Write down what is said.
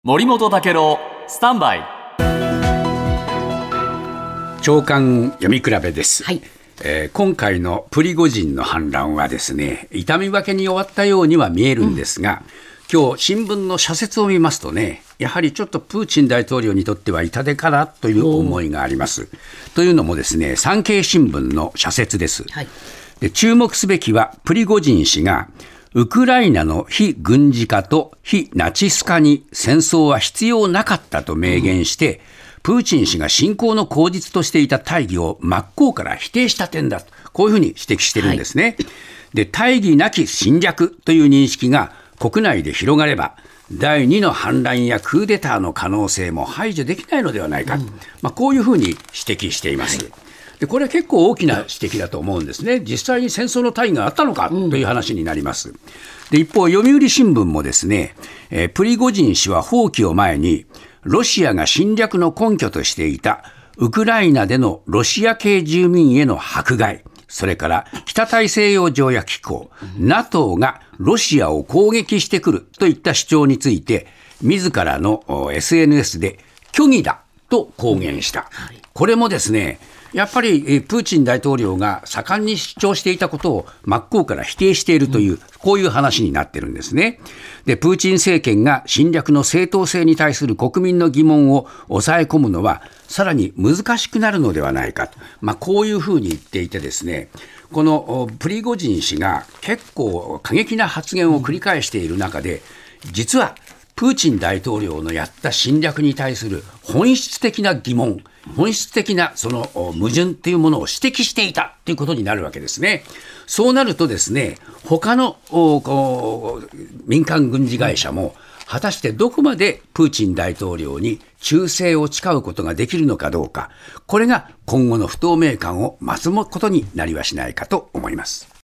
森本武郎スタンバイ長官読み比べです、 はい。 今回のプリゴジンの反乱はですね、痛み分けに終わったようには見えるんですが、今日新聞の社説を見ますとね、やはりちょっとプーチン大統領にとっては痛手かなという思いがあります。というのもですね、産経新聞の社説です。 はい。 で、注目すべきはプリゴジン氏がウクライナの非軍事化と非ナチス化に戦争は必要なかったと明言して、プーチン氏が侵攻の口実としていた大義を真っ向から否定した点だと、こういうふうに指摘してるんですね。で、大義なき侵略という認識が国内で広がれば、第2の反乱やクーデターの可能性も排除できないのではないか、こういうふうに指摘しています。で、これは結構大きな指摘だと思うんですね。実際に戦争の大義があったのかという話になります。で、一方、読売新聞もですね、プリゴジン氏は放棄を前に、ロシアが侵略の根拠としていたウクライナでのロシア系住民への迫害、それから北大西洋条約機構、NATO がロシアを攻撃してくるといった主張について、自らの SNS で虚偽だと公言した。これもですね、やっぱりプーチン大統領が盛んに主張していたことを真っ向から否定しているという、こういう話になってるんですね。で、プーチン政権が侵略の正当性に対する国民の疑問を抑え込むのはさらに難しくなるのではないかと、こういうふうに言っていてですね、このプリゴジン氏が結構過激な発言を繰り返している中で、実はプーチン大統領のやった侵略に対する本質的な疑問、本質的なその矛盾というものを指摘していたということになるわけですね。そうなるとですね、他の民間軍事会社も果たしてどこまでプーチン大統領に忠誠を誓うことができるのかどうか、これが今後の不透明感を増すことになりはしないかと思います。